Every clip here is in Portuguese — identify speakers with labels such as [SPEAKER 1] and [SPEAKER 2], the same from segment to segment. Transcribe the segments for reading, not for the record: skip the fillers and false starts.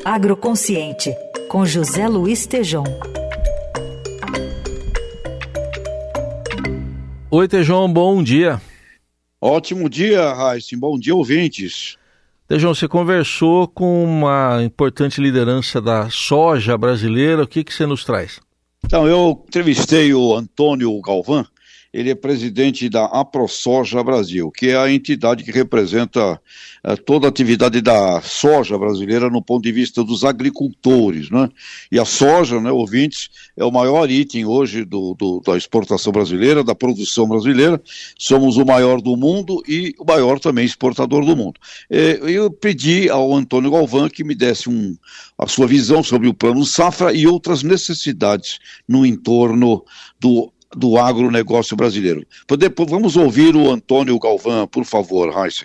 [SPEAKER 1] Agroconsciente, com José Luiz Tejom.
[SPEAKER 2] Oi, Tejom, bom dia.
[SPEAKER 3] Ótimo dia, Raíssa. Bom dia, ouvintes.
[SPEAKER 2] Tejom, você conversou com uma importante liderança da soja brasileira. O que você nos traz?
[SPEAKER 3] Então, eu entrevistei o Antônio Galvão. Ele é presidente da AproSoja Brasil, que é a entidade que representa toda a atividade da soja brasileira no ponto de vista dos agricultores, né? E a soja, né, ouvintes, é o maior item hoje da exportação brasileira, da produção brasileira. Somos o maior do mundo e o maior também exportador do mundo. Eu pedi ao Antônio Galvão que me desse a sua visão sobre o Plano Safra e outras necessidades no entorno do agronegócio brasileiro. Vamos ouvir o Antônio Galvão, por favor, Raíssa.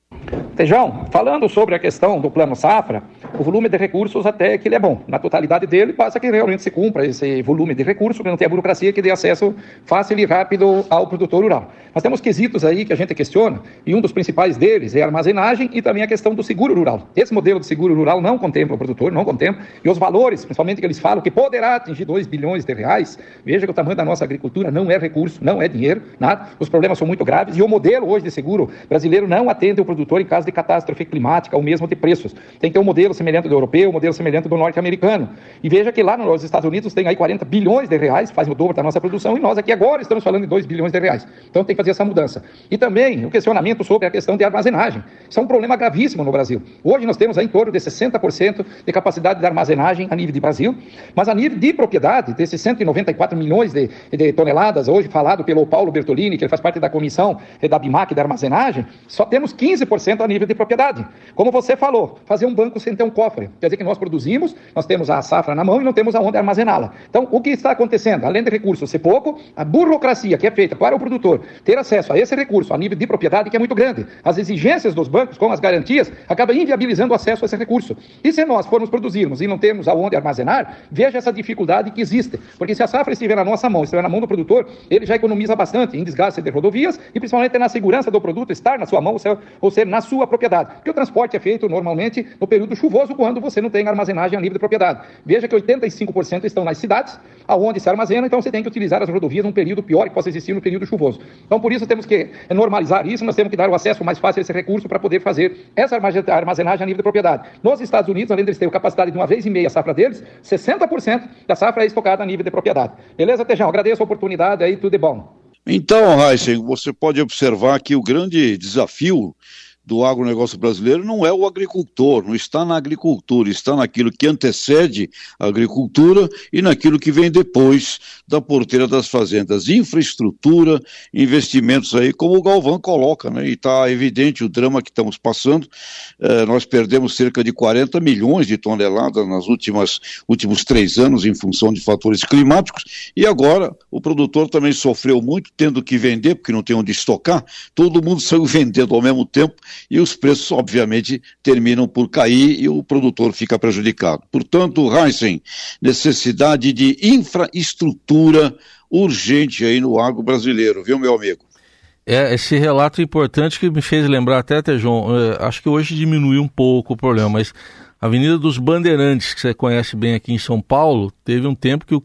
[SPEAKER 4] Tejão, falando sobre a questão do Plano Safra, o volume de recursos até que ele é bom. Na totalidade dele, basta que realmente se cumpra esse volume de recursos, que não tenha a burocracia que dê acesso fácil e rápido ao produtor rural. Nós temos quesitos aí que a gente questiona, e um dos principais deles é a armazenagem e também a questão do seguro rural. Esse modelo de seguro rural não contempla o produtor, não contempla, e os valores, principalmente que eles falam que poderá atingir 2 bilhões de reais, veja que o tamanho da nossa agricultura não é recurso, não é dinheiro, nada. Os problemas são muito graves, e o modelo hoje de seguro brasileiro não atende o produtor em caso de catástrofe climática ou mesmo de preços. Tem que ter um modelo semelhante do europeu, um modelo semelhante do norte-americano. E veja que lá nos Estados Unidos tem aí 40 bilhões de reais, faz o dobro da nossa produção, e nós aqui agora estamos falando de 2 bilhões de reais. Então tem que fazer essa mudança. E também o questionamento sobre a questão de armazenagem. Isso é um problema gravíssimo no Brasil. Hoje nós temos aí em torno de 60% de capacidade de armazenagem a nível de Brasil, mas a nível de propriedade, desses 194 milhões de toneladas, hoje falado pelo Paulo Bertolini, que ele faz parte da comissão da BIMAC da armazenagem, só temos 15% a nível de propriedade. Como você falou, fazer um banco sem ter um cofre. Quer dizer que nós produzimos, nós temos a safra na mão e não temos aonde armazená-la. Então, o que está acontecendo? Além de recursos ser pouco, a burocracia que é feita para o produtor ter acesso a esse recurso a nível de propriedade que é muito grande. As exigências dos bancos com as garantias acabam inviabilizando o acesso a esse recurso. E se nós formos produzirmos e não temos aonde armazenar, veja essa dificuldade que existe. Porque se a safra estiver na nossa mão, estiver na mão do produtor, ele já economiza bastante em desgaste de rodovias e principalmente na segurança do produto estar na sua mão ou ser na sua propriedade. Porque o transporte é feito normalmente no período chuvoso, quando você não tem armazenagem a nível de propriedade. Veja que 85% estão nas cidades, aonde se armazena, então você tem que utilizar as rodovias num período pior que possa existir no período chuvoso. Então, por isso, temos que normalizar isso, nós temos que dar o acesso mais fácil a esse recurso para poder fazer essa armazenagem a nível de propriedade. Nos Estados Unidos, além de eles terem capacidade de 1,5 vezes a safra deles, 60% da safra é estocada a nível de propriedade. Beleza, Tejão? Agradeço a oportunidade aí, tudo de bom.
[SPEAKER 3] Então, Raíssa, você pode observar que o grande desafio do agronegócio brasileiro não é o agricultor, não está na agricultura, está naquilo que antecede a agricultura e naquilo que vem depois da porteira das fazendas. Infraestrutura, investimentos aí, como o Galvão coloca, né? E está evidente o drama que estamos passando. Nós perdemos cerca de 40 milhões de toneladas nos últimos 3 anos em função de fatores climáticos, e agora o produtor também sofreu muito tendo que vender, porque não tem onde estocar. Todo mundo saiu vendendo ao mesmo tempo, e os preços, obviamente, terminam por cair e o produtor fica prejudicado. Portanto, Heisen, necessidade de infraestrutura urgente aí no agro brasileiro, viu, meu amigo?
[SPEAKER 2] Esse relato importante que me fez lembrar até, Tejom, acho que hoje diminuiu um pouco o problema, mas a Avenida dos Bandeirantes, que você conhece bem aqui em São Paulo, teve um tempo que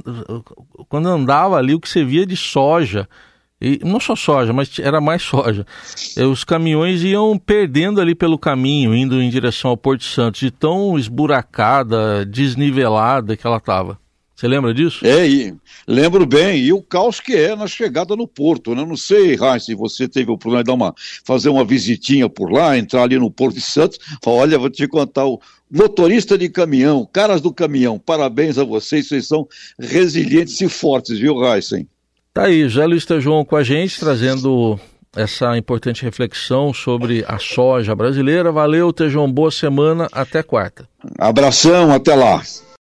[SPEAKER 2] quando andava ali, o que você via de soja, e não só soja, mas era mais soja. Os caminhões iam perdendo ali pelo caminho, indo em direção ao Porto Santos, de tão esburacada, desnivelada que ela estava. Você lembra disso?
[SPEAKER 3] Lembro bem, e o caos que é na chegada no porto, né? Não sei, Raíssa, se você teve o problema de fazer uma visitinha por lá, entrar ali no Porto de Santos. Olha, vou te contar, o motorista de caminhão, caras do caminhão, parabéns a vocês são resilientes e fortes, viu, Raíssa?
[SPEAKER 2] Tá aí, José Luiz Tejom com a gente, trazendo essa importante reflexão sobre a soja brasileira. Valeu, Tejom, boa semana, até quarta.
[SPEAKER 3] Abração, até lá.